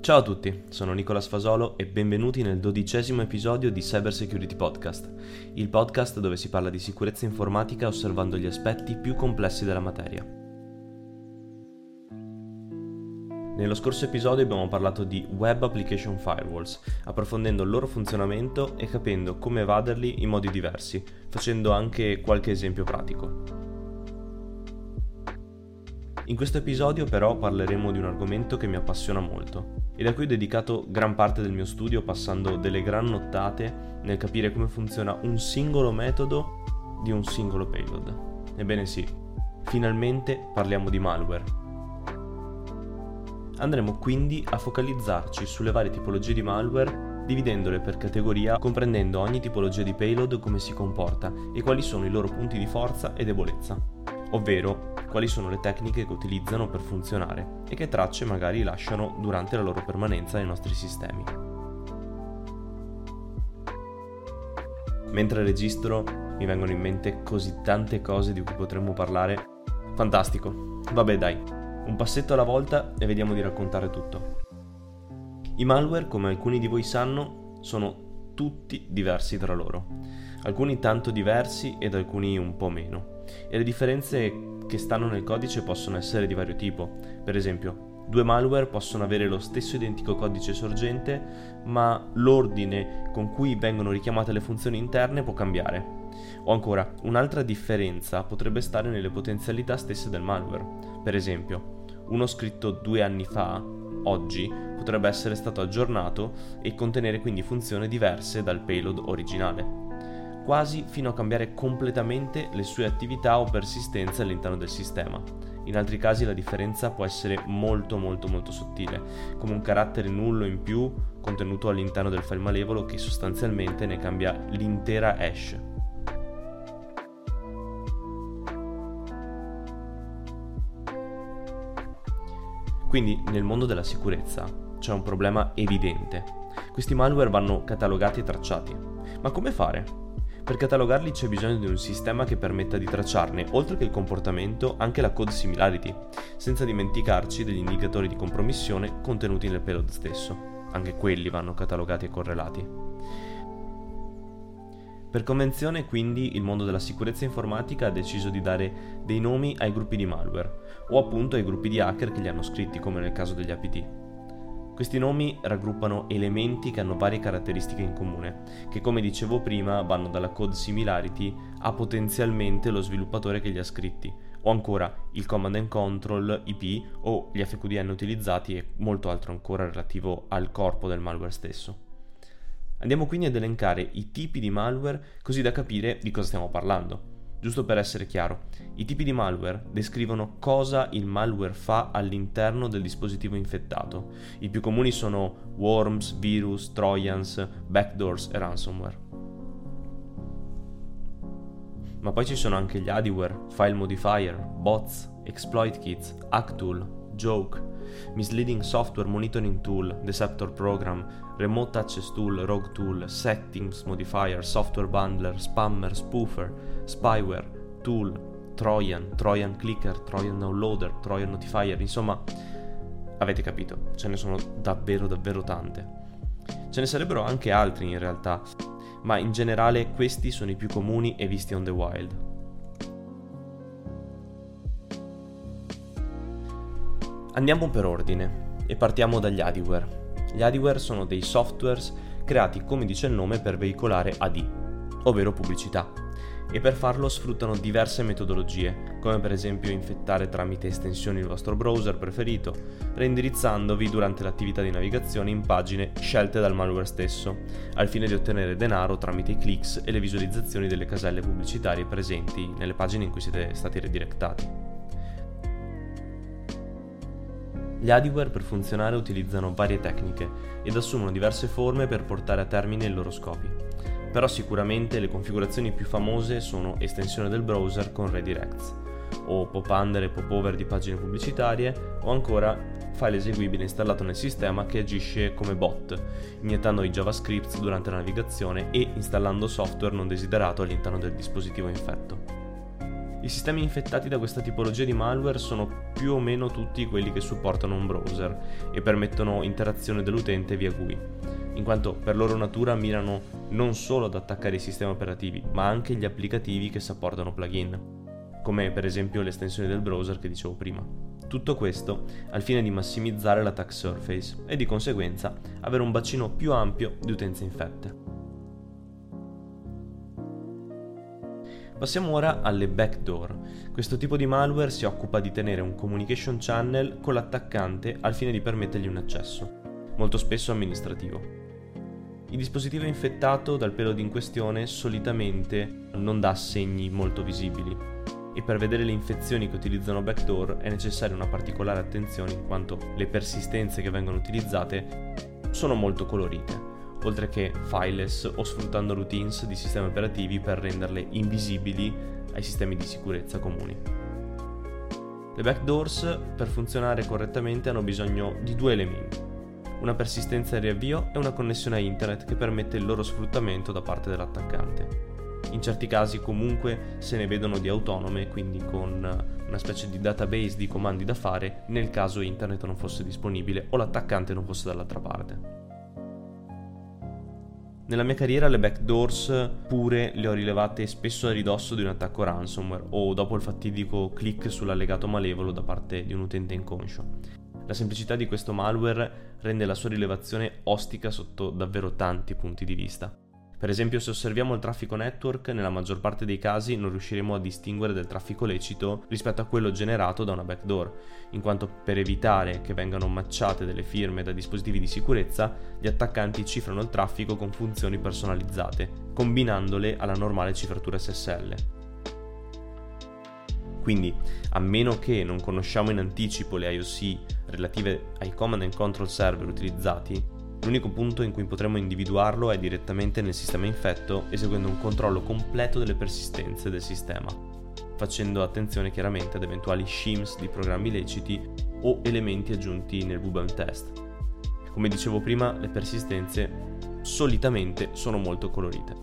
Ciao a tutti, sono Nicola Sfasolo e benvenuti nel 12° episodio di Cyber Security Podcast, il podcast dove si parla di sicurezza informatica osservando gli aspetti più complessi della materia. Nello scorso episodio abbiamo parlato di Web Application Firewalls, approfondendo il loro funzionamento e capendo come evaderli in modi diversi, facendo anche qualche esempio pratico. In questo episodio però parleremo di un argomento che mi appassiona molto ed a cui ho dedicato gran parte del mio studio passando delle gran nottate nel capire come funziona un singolo metodo di un singolo payload. Ebbene sì, finalmente parliamo di malware. Andremo quindi a focalizzarci sulle varie tipologie di malware, dividendole per categoria, comprendendo ogni tipologia di payload come si comporta e quali sono i loro punti di forza e debolezza, ovvero quali sono le tecniche che utilizzano per funzionare e che tracce magari lasciano durante la loro permanenza nei nostri sistemi. Mentre registro mi vengono in mente così tante cose di cui potremmo parlare. Fantastico, vabbè dai, un passetto alla volta e vediamo di raccontare tutto. I malware, come alcuni di voi sanno, sono tutti diversi tra loro, alcuni tanto diversi ed alcuni un po' meno, e le differenze che stanno nel codice possono essere di vario tipo. Per esempio, due malware possono avere lo stesso identico codice sorgente, ma l'ordine con cui vengono richiamate le funzioni interne può cambiare. O ancora, un'altra differenza potrebbe stare nelle potenzialità stesse del malware. Per esempio, uno scritto 2 anni fa, oggi, potrebbe essere stato aggiornato e contenere quindi funzioni diverse dal payload originale, quasi fino a cambiare completamente le sue attività o persistenze all'interno del sistema. In altri casi la differenza può essere molto sottile, come un carattere nullo in più contenuto all'interno del file malevolo che sostanzialmente ne cambia l'intera hash. Quindi nel mondo della sicurezza c'è un problema evidente. Questi malware vanno catalogati e tracciati. Ma come fare? Per catalogarli c'è bisogno di un sistema che permetta di tracciarne, oltre che il comportamento, anche la code similarity, senza dimenticarci degli indicatori di compromissione contenuti nel payload stesso. Anche quelli vanno catalogati e correlati. Per convenzione, quindi, il mondo della sicurezza informatica ha deciso di dare dei nomi ai gruppi di malware, o appunto ai gruppi di hacker che li hanno scritti, come nel caso degli APT. Questi nomi raggruppano elementi che hanno varie caratteristiche in comune, che come dicevo prima vanno dalla code similarity a potenzialmente lo sviluppatore che li ha scritti, o ancora il command and control IP o gli FQDN utilizzati e molto altro ancora relativo al corpo del malware stesso. Andiamo quindi ad elencare i tipi di malware così da capire di cosa stiamo parlando. Giusto per essere chiaro, i tipi di malware descrivono cosa il malware fa all'interno del dispositivo infettato. I più comuni sono worms, virus, trojans, backdoors e ransomware. Ma poi ci sono anche gli adware, file modifier, bots, exploit kits, hack tool, joke, misleading software monitoring tool, deceptor program, remote access tool, rogue tool, settings modifier, software bundler, spammer, spoofer, spyware, tool, trojan clicker, trojan downloader, trojan notifier, insomma, avete capito, ce ne sono davvero tante. Ce ne sarebbero anche altri in realtà, ma in generale questi sono i più comuni e visti on the wild. Andiamo per ordine e partiamo dagli adware. Gli adware sono dei softwares creati, come dice il nome, per veicolare AD, ovvero pubblicità, e per farlo sfruttano diverse metodologie, come per esempio infettare tramite estensioni il vostro browser preferito, reindirizzandovi durante l'attività di navigazione in pagine scelte dal malware stesso, al fine di ottenere denaro tramite i clicks e le visualizzazioni delle caselle pubblicitarie presenti nelle pagine in cui siete stati redirettati. Gli adware per funzionare utilizzano varie tecniche ed assumono diverse forme per portare a termine i loro scopi. Però sicuramente le configurazioni più famose sono estensione del browser con redirects, o pop-under e pop-over di pagine pubblicitarie, o ancora file eseguibile installato nel sistema che agisce come bot, iniettando i JavaScript durante la navigazione e installando software non desiderato all'interno del dispositivo infetto. I sistemi infettati da questa tipologia di malware sono più o meno tutti quelli che supportano un browser e permettono interazione dell'utente via GUI, in quanto per loro natura mirano non solo ad attaccare i sistemi operativi, ma anche gli applicativi che supportano plugin, come per esempio le estensioni del browser che dicevo prima. Tutto questo al fine di massimizzare l'attack surface e di conseguenza avere un bacino più ampio di utenze infette. Passiamo ora alle backdoor. Questo tipo di malware si occupa di tenere un communication channel con l'attaccante al fine di permettergli un accesso, molto spesso amministrativo. Il dispositivo infettato dal payload in questione solitamente non dà segni molto visibili e per vedere le infezioni che utilizzano backdoor è necessaria una particolare attenzione in quanto le persistenze che vengono utilizzate sono molto colorite, oltre che fileless o sfruttando routines di sistemi operativi per renderle invisibili ai sistemi di sicurezza comuni. Le backdoors, per funzionare correttamente, hanno bisogno di due elementi: una persistenza in riavvio e una connessione a internet che permette il loro sfruttamento da parte dell'attaccante. In certi casi comunque se ne vedono di autonome, quindi con una specie di database di comandi da fare nel caso internet non fosse disponibile o l'attaccante non fosse dall'altra parte. Nella mia carriera le backdoors pure le ho rilevate spesso a ridosso di un attacco ransomware o dopo il fatidico click sull'allegato malevolo da parte di un utente inconscio. La semplicità di questo malware rende la sua rilevazione ostica sotto davvero tanti punti di vista. Per esempio, se osserviamo il traffico network, nella maggior parte dei casi non riusciremo a distinguere del traffico lecito rispetto a quello generato da una backdoor, in quanto per evitare che vengano matchate delle firme da dispositivi di sicurezza, gli attaccanti cifrano il traffico con funzioni personalizzate, combinandole alla normale cifratura SSL. Quindi, a meno che non conosciamo in anticipo le IOC relative ai command and control server utilizzati, l'unico punto in cui potremo individuarlo è direttamente nel sistema infetto, eseguendo un controllo completo delle persistenze del sistema, facendo attenzione chiaramente ad eventuali shims di programmi leciti o elementi aggiunti nel VBAM test. Come dicevo prima, le persistenze solitamente sono molto colorite.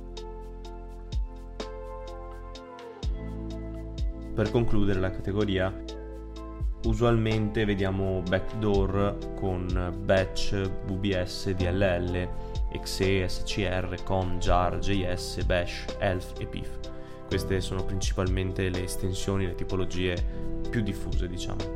Per concludere la categoria, usualmente vediamo backdoor con batch, VBS, DLL, exe, SCR, con, jar, JS, bash, elf e pif. Queste sono principalmente le estensioni, le tipologie più diffuse, diciamo.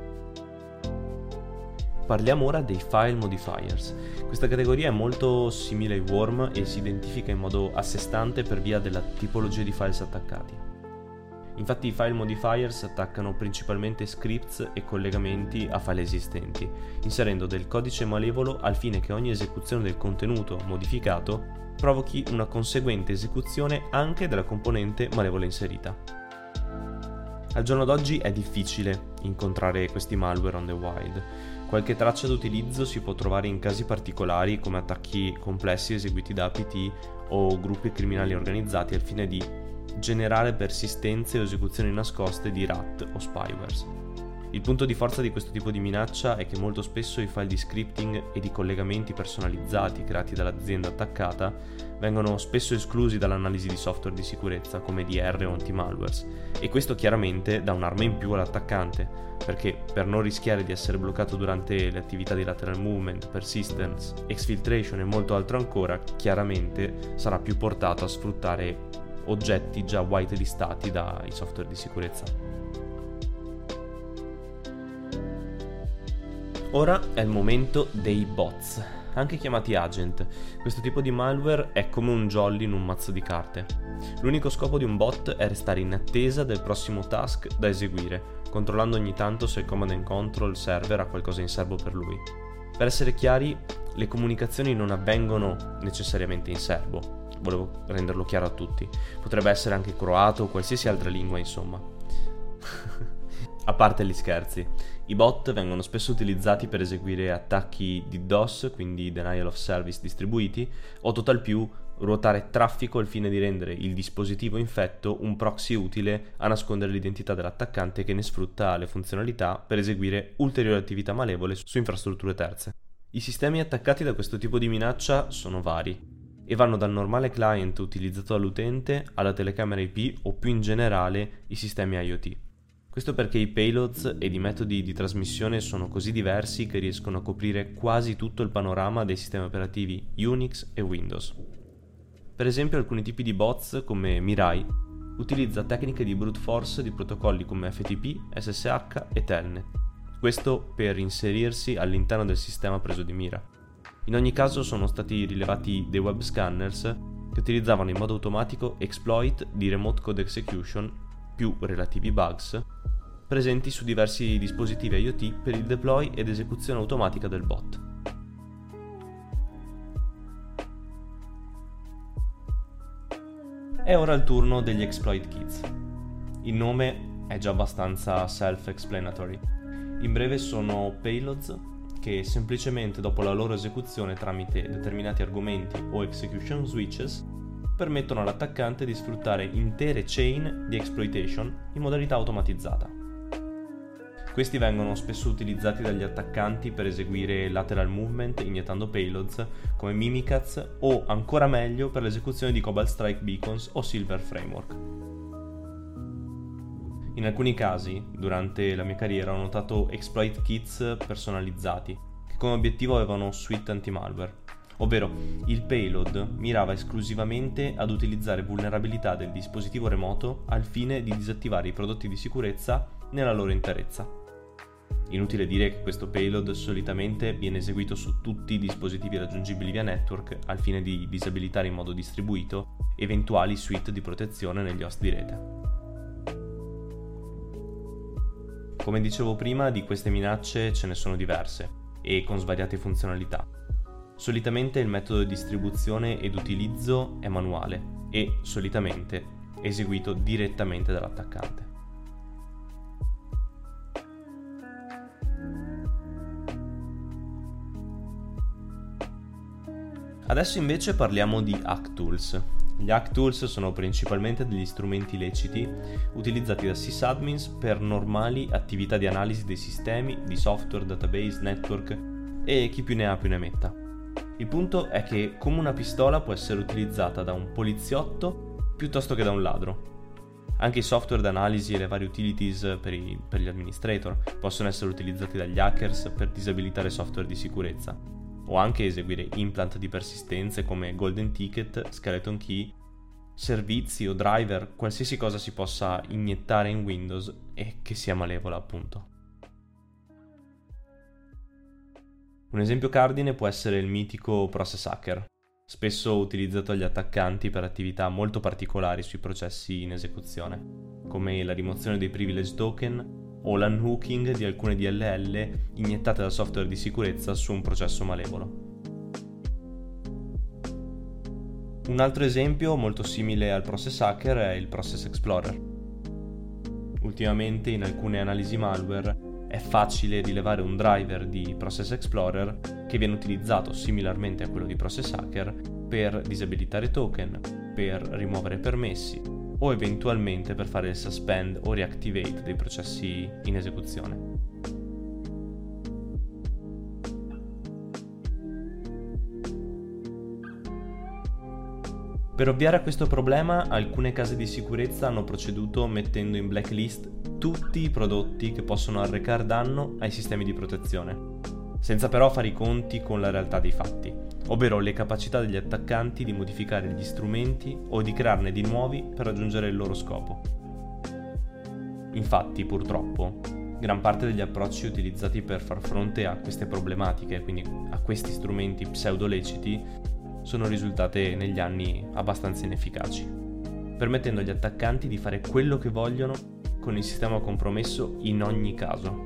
Parliamo ora dei file modifiers. Questa categoria è molto simile ai worm e si identifica in modo a sé stante per via della tipologia di files attaccati. Infatti i file modifiers attaccano principalmente scripts e collegamenti a file esistenti, inserendo del codice malevolo al fine che ogni esecuzione del contenuto modificato provochi una conseguente esecuzione anche della componente malevole inserita. Al giorno d'oggi è difficile incontrare questi malware on the wild. Qualche traccia d'utilizzo si può trovare in casi particolari come attacchi complessi eseguiti da APT o gruppi criminali organizzati al fine di generare persistenze o esecuzioni nascoste di RAT o spywares. Il punto di forza di questo tipo di minaccia è che molto spesso i file di scripting e di collegamenti personalizzati creati dall'azienda attaccata vengono spesso esclusi dall'analisi di software di sicurezza come DR o anti-malwares, e questo chiaramente dà un'arma in più all'attaccante, perché per non rischiare di essere bloccato durante le attività di lateral movement, persistence, exfiltration e molto altro ancora, chiaramente sarà più portato a sfruttare oggetti già whitelistati dai software di sicurezza. Ora è il momento dei bots, anche chiamati agent. Questo tipo di malware è come un jolly in un mazzo di carte. L'unico scopo di un bot è restare in attesa del prossimo task da eseguire, controllando ogni tanto se il command and control server ha qualcosa in serbo per lui. Per essere chiari, le comunicazioni non avvengono necessariamente in serbo. Volevo renderlo chiaro a tutti. Potrebbe essere anche croato o qualsiasi altra lingua, insomma. A parte gli scherzi, i bot vengono spesso utilizzati per eseguire attacchi DDoS, quindi Denial of Service distribuiti, o total più ruotare traffico al fine di rendere il dispositivo infetto un proxy utile a nascondere l'identità dell'attaccante che ne sfrutta le funzionalità per eseguire ulteriori attività malevole su infrastrutture terze. I sistemi attaccati da questo tipo di minaccia sono vari. e vanno dal normale client utilizzato dall'utente alla telecamera IP o più in generale i sistemi IoT. Questo perché i payloads ed i metodi di trasmissione sono così diversi che riescono a coprire quasi tutto il panorama dei sistemi operativi Unix e Windows. Per esempio, alcuni tipi di bots come Mirai utilizza tecniche di brute force di protocolli come FTP, SSH e Telnet. Questo per inserirsi all'interno del sistema preso di mira. In ogni caso sono stati rilevati dei web scanners che utilizzavano in modo automatico exploit di remote code execution più relativi bugs presenti su diversi dispositivi IoT per il deploy ed esecuzione automatica del bot. È ora il turno degli exploit kits. Il nome è già abbastanza self-explanatory. In breve sono payloads che semplicemente dopo la loro esecuzione tramite determinati argomenti o execution switches permettono all'attaccante di sfruttare intere chain di exploitation in modalità automatizzata. Questi vengono spesso utilizzati dagli attaccanti per eseguire lateral movement iniettando payloads come Mimikatz o ancora meglio per l'esecuzione di Cobalt Strike Beacons o Silver Framework. In alcuni casi, durante la mia carriera, ho notato exploit kits personalizzati che come obiettivo avevano suite anti-malware, ovvero il payload mirava esclusivamente ad utilizzare vulnerabilità del dispositivo remoto al fine di disattivare i prodotti di sicurezza nella loro interezza. Inutile dire che questo payload solitamente viene eseguito su tutti i dispositivi raggiungibili via network al fine di disabilitare in modo distribuito eventuali suite di protezione negli host di rete. Come dicevo prima, di queste minacce ce ne sono diverse e con svariate funzionalità. Solitamente il metodo di distribuzione ed utilizzo è manuale e solitamente eseguito direttamente dall'attaccante. Adesso invece parliamo di hack tools. Gli hack tools sono principalmente degli strumenti leciti utilizzati da sysadmins per normali attività di analisi dei sistemi, di software, database, network e chi più ne ha più ne metta. Il punto è che come una pistola può essere utilizzata da un poliziotto piuttosto che da un ladro. Anche i software d'analisi e le varie utilities per gli administrator possono essere utilizzati dagli hackers per disabilitare software di sicurezza o anche eseguire implant di persistenze come golden ticket, skeleton key, servizi o driver, qualsiasi cosa si possa iniettare in Windows e che sia malevola appunto. Un esempio cardine può essere il mitico process hacker, spesso utilizzato dagli attaccanti per attività molto particolari sui processi in esecuzione, come la rimozione dei privilege token o l'unhooking di alcune DLL iniettate dal software di sicurezza su un processo malevolo. Un altro esempio molto simile al process hacker è il process explorer. Ultimamente in alcune analisi malware è facile rilevare un driver di process explorer che viene utilizzato similarmente a quello di process hacker per disabilitare token, per rimuovere permessi o eventualmente per fare il suspend o reactivate dei processi in esecuzione. Per ovviare a questo problema, alcune case di sicurezza hanno proceduto mettendo in blacklist tutti i prodotti che possono arrecare danno ai sistemi di protezione, senza però fare i conti con la realtà dei fatti, ovvero le capacità degli attaccanti di modificare gli strumenti o di crearne di nuovi per raggiungere il loro scopo. Infatti, purtroppo, gran parte degli approcci utilizzati per far fronte a queste problematiche, quindi a questi strumenti pseudo-leciti, sono risultate negli anni abbastanza inefficaci, permettendo agli attaccanti di fare quello che vogliono con il sistema compromesso in ogni caso.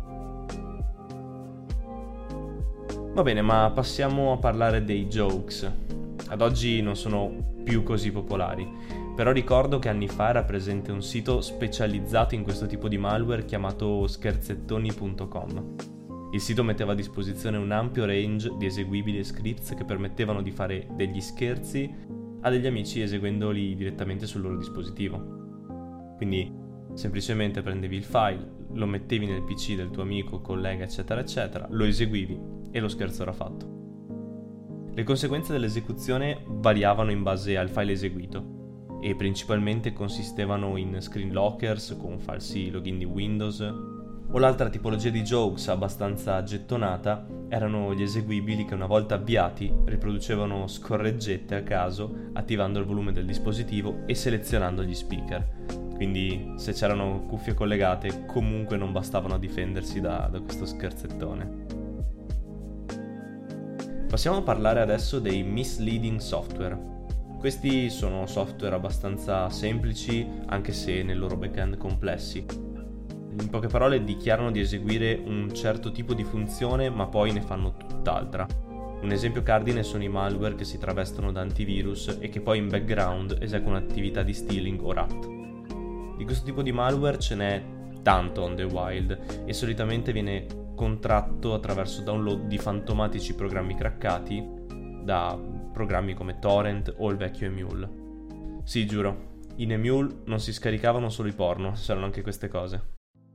Va bene, ma passiamo a parlare dei jokes. Ad oggi non sono più così popolari, però ricordo che anni fa era presente un sito specializzato in questo tipo di malware chiamato scherzettoni.com. Il sito metteva a disposizione un ampio range di eseguibili e scripts che permettevano di fare degli scherzi a degli amici eseguendoli direttamente sul loro dispositivo. Quindi semplicemente prendevi il file, lo mettevi nel PC del tuo amico, collega, eccetera, eccetera, lo eseguivi e lo scherzo era fatto. Le conseguenze dell'esecuzione variavano in base al file eseguito e principalmente consistevano in screen lockers con falsi login di Windows, o l'altra tipologia di jokes abbastanza gettonata erano gli eseguibili che una volta avviati riproducevano scorreggette a caso attivando il volume del dispositivo e selezionando gli speaker. Quindi se c'erano cuffie collegate comunque non bastavano a difendersi da questo scherzettone. Passiamo a parlare adesso dei misleading software. Questi sono software abbastanza semplici anche se nel loro backend complessi. In poche parole dichiarano di eseguire un certo tipo di funzione ma poi ne fanno tutt'altra. Un esempio cardine sono i malware che si travestono da antivirus e che poi in background eseguono attività di stealing o rat. Di questo tipo di malware ce n'è tanto on the wild e solitamente viene contratto attraverso download di fantomatici programmi craccati da programmi come Torrent o il vecchio Emule. Sì, giuro, in Emule non si scaricavano solo i porno, c'erano anche queste cose.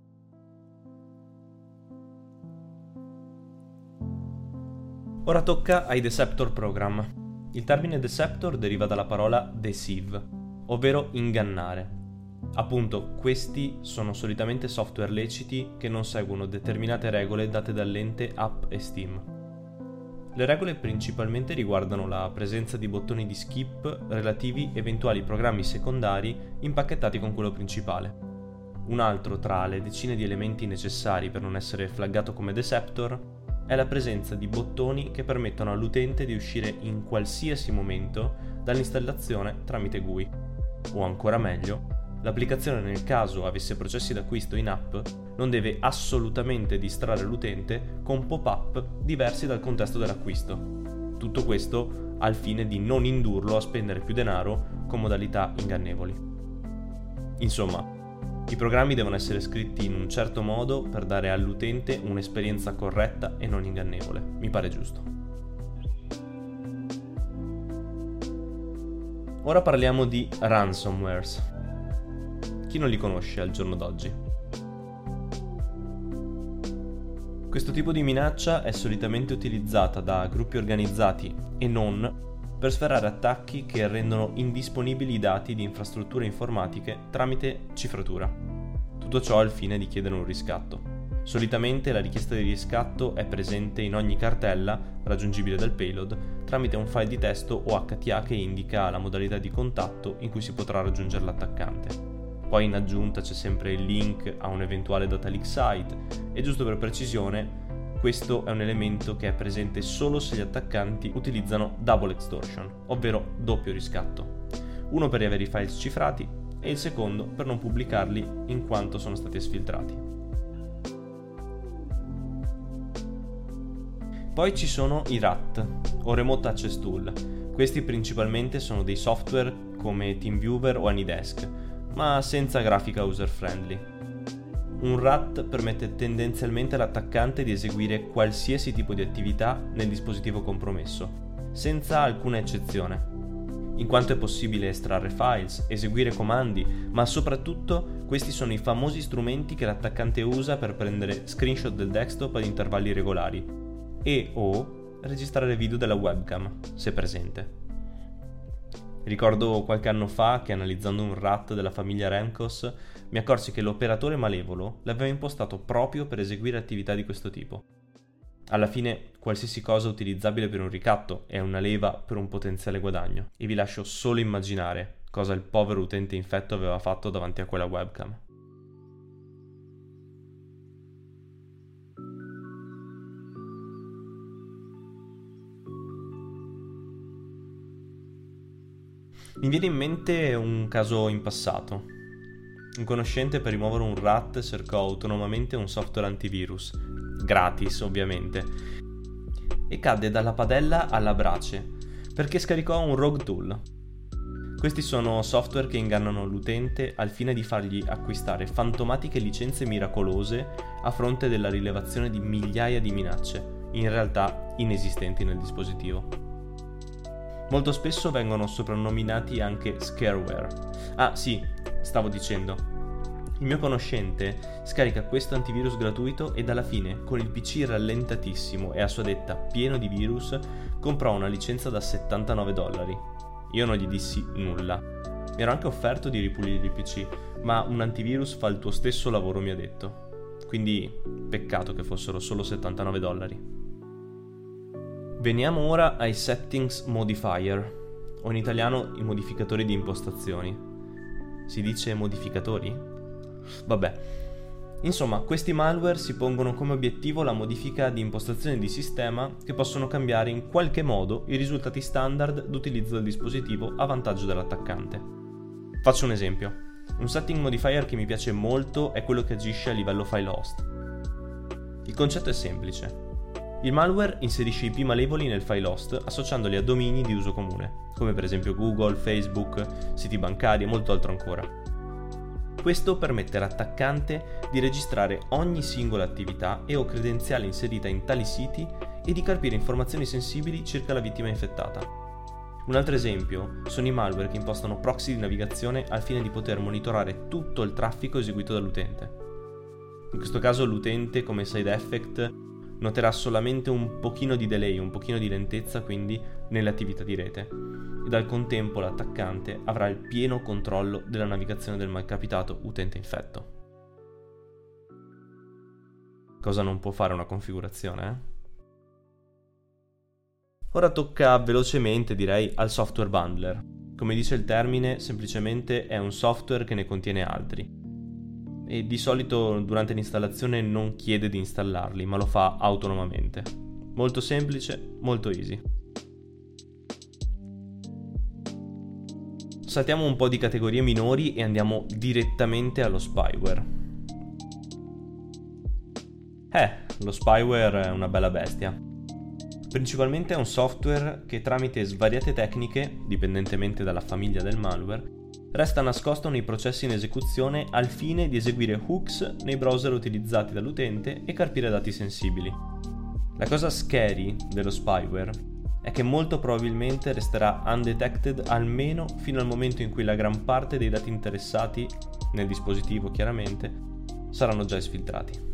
Ora tocca ai Deceptor Program. Il termine Deceptor deriva dalla parola deceive, ovvero ingannare. Appunto, questi sono solitamente software leciti che non seguono determinate regole date dall'ente App e Steam. Le regole principalmente riguardano la presenza di bottoni di skip relativi eventuali programmi secondari impacchettati con quello principale. Un altro tra le decine di elementi necessari per non essere flaggato come Deceptor è la presenza di bottoni che permettono all'utente di uscire in qualsiasi momento dall'installazione tramite GUI. O ancora meglio, l'applicazione, nel caso avesse processi d'acquisto in app, non deve assolutamente distrarre l'utente con pop-up diversi dal contesto dell'acquisto. Tutto questo al fine di non indurlo a spendere più denaro con modalità ingannevoli. Insomma, i programmi devono essere scritti in un certo modo per dare all'utente un'esperienza corretta e non ingannevole. Mi pare giusto. Ora parliamo di ransomwares. Chi non li conosce al giorno d'oggi? Questo tipo di minaccia è solitamente utilizzata da gruppi organizzati e non per sferrare attacchi che rendono indisponibili i dati di infrastrutture informatiche tramite cifratura. Tutto ciò al fine di chiedere un riscatto. Solitamente la richiesta di riscatto è presente in ogni cartella raggiungibile dal payload tramite un file di testo o HTA che indica la modalità di contatto in cui si potrà raggiungere l'attaccante. Poi in aggiunta c'è sempre il link a un eventuale data leak site e, giusto per precisione, questo è un elemento che è presente solo se gli attaccanti utilizzano double extortion, ovvero doppio riscatto. Uno per riavere i file cifrati e il secondo per non pubblicarli in quanto sono stati esfiltrati. Poi ci sono i RAT, o Remote Access Tool. Questi principalmente sono dei software come TeamViewer o AnyDesk, ma senza grafica user-friendly. Un RAT permette tendenzialmente all'attaccante di eseguire qualsiasi tipo di attività nel dispositivo compromesso, senza alcuna eccezione, in quanto è possibile estrarre files, eseguire comandi, ma soprattutto questi sono i famosi strumenti che l'attaccante usa per prendere screenshot del desktop ad intervalli regolari e o registrare video della webcam, se presente. Ricordo qualche anno fa che, analizzando un RAT della famiglia Remcos, mi accorsi che l'operatore malevolo l'aveva impostato proprio per eseguire attività di questo tipo. Alla fine, qualsiasi cosa utilizzabile per un ricatto è una leva per un potenziale guadagno, e vi lascio solo immaginare cosa il povero utente infetto aveva fatto davanti a quella webcam. Mi viene in mente un caso in passato. Un conoscente, per rimuovere un RAT, cercò autonomamente un software antivirus, gratis ovviamente, e cadde dalla padella alla brace perché scaricò un rogue tool. Questi sono software che ingannano l'utente al fine di fargli acquistare fantomatiche licenze miracolose a fronte della rilevazione di migliaia di minacce, in realtà inesistenti nel dispositivo. Molto spesso vengono soprannominati anche scareware. Ah sì, stavo dicendo, Il mio conoscente scarica questo antivirus gratuito ed alla fine, con il PC rallentatissimo e a sua detta pieno di virus, comprò una licenza da $79. Io non gli dissi nulla. Mi ero anche offerto di ripulire il PC, ma un antivirus fa il tuo stesso lavoro, mi ha detto. Quindi peccato che fossero solo $79. Veniamo ora ai settings modifier, o in italiano i modificatori di impostazioni. Si dice modificatori? Vabbè. Insomma, questi malware si pongono come obiettivo la modifica di impostazioni di sistema che possono cambiare in qualche modo i risultati standard d'utilizzo del dispositivo a vantaggio dell'attaccante. Faccio un esempio. Un setting modifier che mi piace molto è quello che agisce a livello file host. Il concetto è semplice. Il malware inserisce IP malevoli nel file host associandoli a domini di uso comune, come per esempio Google, Facebook, siti bancari e molto altro ancora. Questo permette all'attaccante di registrare ogni singola attività e o credenziale inserita in tali siti e di carpire informazioni sensibili circa la vittima infettata. Un altro esempio sono i malware che impostano proxy di navigazione al fine di poter monitorare tutto il traffico eseguito dall'utente. In questo caso l'utente, come side effect, noterà solamente un pochino di delay, un pochino di lentezza quindi nelle attività di rete ed al contempo l'attaccante avrà il pieno controllo della navigazione del malcapitato utente infetto. Cosa non può fare una configurazione, Ora tocca velocemente, direi, al software bundler. Come dice il termine, semplicemente è un software che ne contiene altri. E di solito durante l'installazione non chiede di installarli, ma lo fa autonomamente. Molto semplice, molto easy. Saltiamo un po' di categorie minori e andiamo direttamente allo spyware. Lo spyware è una bella bestia. Principalmente è un software che tramite svariate tecniche, dipendentemente dalla famiglia del malware, resta nascosto nei processi in esecuzione al fine di eseguire hooks nei browser utilizzati dall'utente e carpire dati sensibili. La cosa scary dello spyware è che molto probabilmente resterà undetected almeno fino al momento in cui la gran parte dei dati interessati, nel dispositivo chiaramente, saranno già esfiltrati.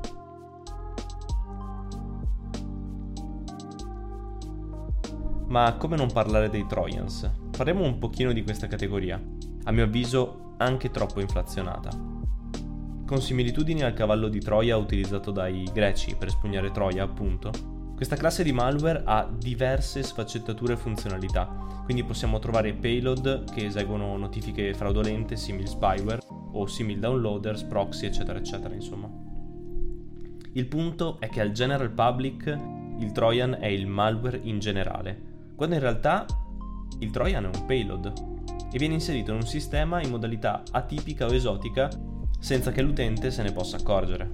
Ma come non parlare dei Trojans? Parliamo un pochino di questa categoria, a mio avviso anche troppo inflazionata. Con similitudini al cavallo di Troia utilizzato dai greci per espugnare Troia, appunto, questa classe di malware ha diverse sfaccettature e funzionalità, quindi possiamo trovare payload che eseguono notifiche fraudolente simil spyware o simil downloaders, proxy, eccetera eccetera, insomma. Il punto è che al general public il Trojan è il malware in generale, quando in realtà il Trojan è un payload e viene inserito in un sistema in modalità atipica o esotica senza che l'utente se ne possa accorgere.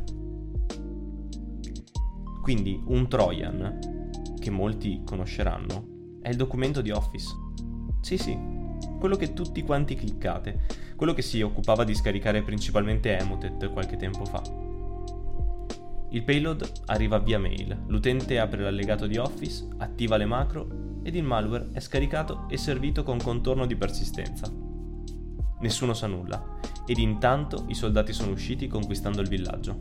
Quindi un Trojan, che molti conosceranno, è il documento di Office. Sì, quello che tutti quanti cliccate, quello che si occupava di scaricare principalmente Emotet qualche tempo fa. Il payload arriva via mail, l'utente apre l'allegato di Office, attiva le macro ed il malware è scaricato e servito con contorno di persistenza. Nessuno sa nulla ed intanto i soldati sono usciti conquistando il villaggio.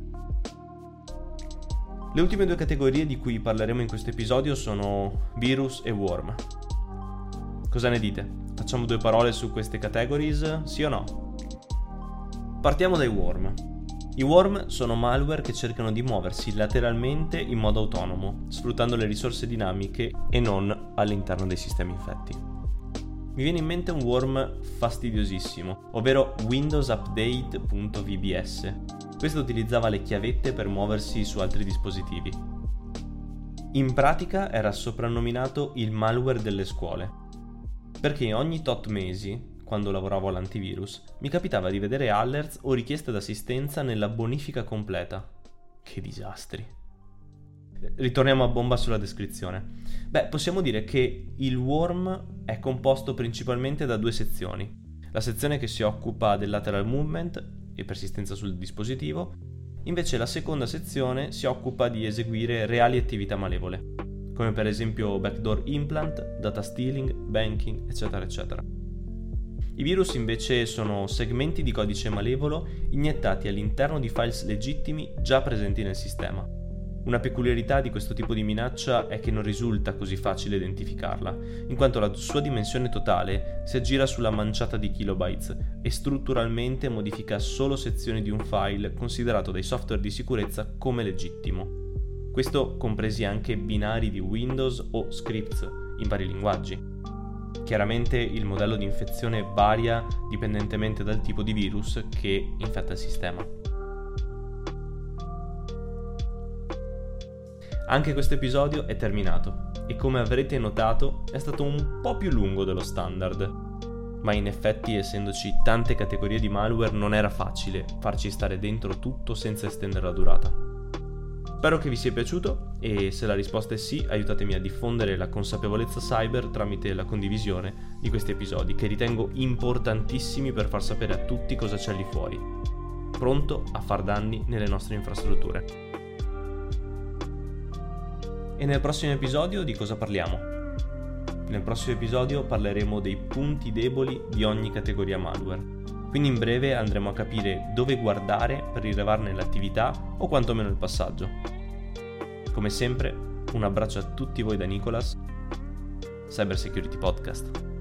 Le ultime due categorie di cui parleremo in questo episodio sono virus e worm. Cosa ne dite? Facciamo due parole su queste categories, sì o no? Partiamo dai worm. I worm sono malware che cercano di muoversi lateralmente in modo autonomo, sfruttando le risorse dinamiche e non all'interno dei sistemi infetti. Mi viene in mente un worm fastidiosissimo, ovvero windowsupdate.vbs. Questo utilizzava le chiavette per muoversi su altri dispositivi. In pratica era soprannominato il malware delle scuole, perché ogni tot mesi, quando lavoravo all'antivirus, mi capitava di vedere alerts o richieste d'assistenza nella bonifica completa. Che disastri. Ritorniamo a bomba sulla descrizione. Possiamo dire che il worm è composto principalmente da due sezioni. La sezione che si occupa del lateral movement e persistenza sul dispositivo, invece la seconda sezione si occupa di eseguire reali attività malevole, come per esempio backdoor implant, data stealing, banking, eccetera eccetera. I virus invece sono segmenti di codice malevolo iniettati all'interno di files legittimi già presenti nel sistema. Una peculiarità di questo tipo di minaccia è che non risulta così facile identificarla, in quanto la sua dimensione totale si aggira sulla manciata di kilobytes e strutturalmente modifica solo sezioni di un file considerato dai software di sicurezza come legittimo. Questo compresi anche binari di Windows o scripts in vari linguaggi. Chiaramente il modello di infezione varia dipendentemente dal tipo di virus che infetta il sistema. Anche questo episodio è terminato e come avrete notato è stato un po' più lungo dello standard, ma in effetti essendoci tante categorie di malware non era facile farci stare dentro tutto senza estendere la durata. Spero che vi sia piaciuto e se la risposta è sì, aiutatemi a diffondere la consapevolezza cyber tramite la condivisione di questi episodi che ritengo importantissimi per far sapere a tutti cosa c'è lì fuori, pronto a far danni nelle nostre infrastrutture. E nel prossimo episodio di cosa parliamo? Nel prossimo episodio parleremo dei punti deboli di ogni categoria malware. Quindi in breve andremo a capire dove guardare per rilevarne l'attività o quantomeno il passaggio. Come sempre, un abbraccio a tutti voi da Nicolas, Cyber Security Podcast.